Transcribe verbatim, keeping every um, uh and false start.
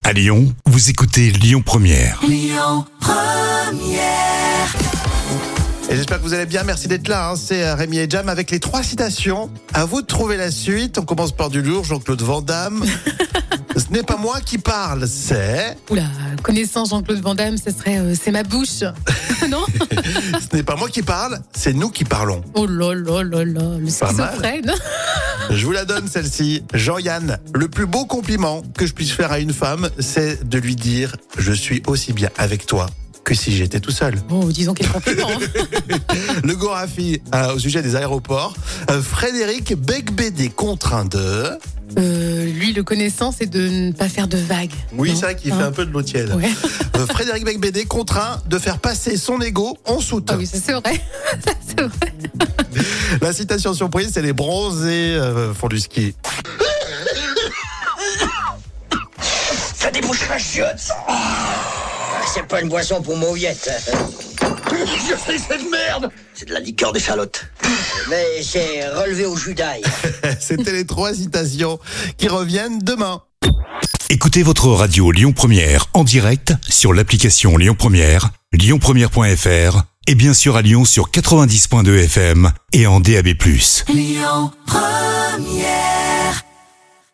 À Lyon, vous écoutez Lyon Première. Lyon Première. Et j'espère que vous allez bien, merci d'être là, hein. C'est Rémi et Jam avec les trois citations. À vous de trouver la suite, on commence par du lourd, Jean-Claude Van Damme. Ce n'est pas moi qui parle, c'est... Oula, connaissant Jean-Claude Van Damme, ce serait euh, c'est ma bouche. Non? Ce n'est pas moi qui parle, c'est nous qui parlons. Oh là là là là, le Pas mal. schizophrène. Je vous la donne celle-ci. Jean-Yann, le plus beau compliment que je puisse faire à une femme, c'est de lui dire « Je suis aussi bien avec toi que si j'étais tout seul ». Oh, disons quel compliment. Hein. Le Gorafi, euh, au sujet des aéroports. Euh, Frédéric Becbédé contraint de... Euh, lui, le connaissant, c'est de ne pas faire de vagues. Oui, Non c'est vrai qu'il Hein fait un peu de l'eau tiède. Ouais. Euh, Frédéric Becbédé contraint de faire passer son ego en soute. Ah oui, ça c'est vrai. Ça, c'est vrai. La citation surprise, c'est les bronzés euh, font du ski. Ça débouche la chiotte, ça. C'est pas une boisson pour mauviettes. Je fais cette merde. C'est de la liqueur d'échalote. Mais c'est relevé au jus d'ail. C'était les trois citations qui reviennent demain. Écoutez votre radio Lyon Première en direct sur l'application Lyon Première, lyon première point f r et bien sûr à Lyon sur quatre-vingt-dix point deux F M et en D A B plus. Lyon Première.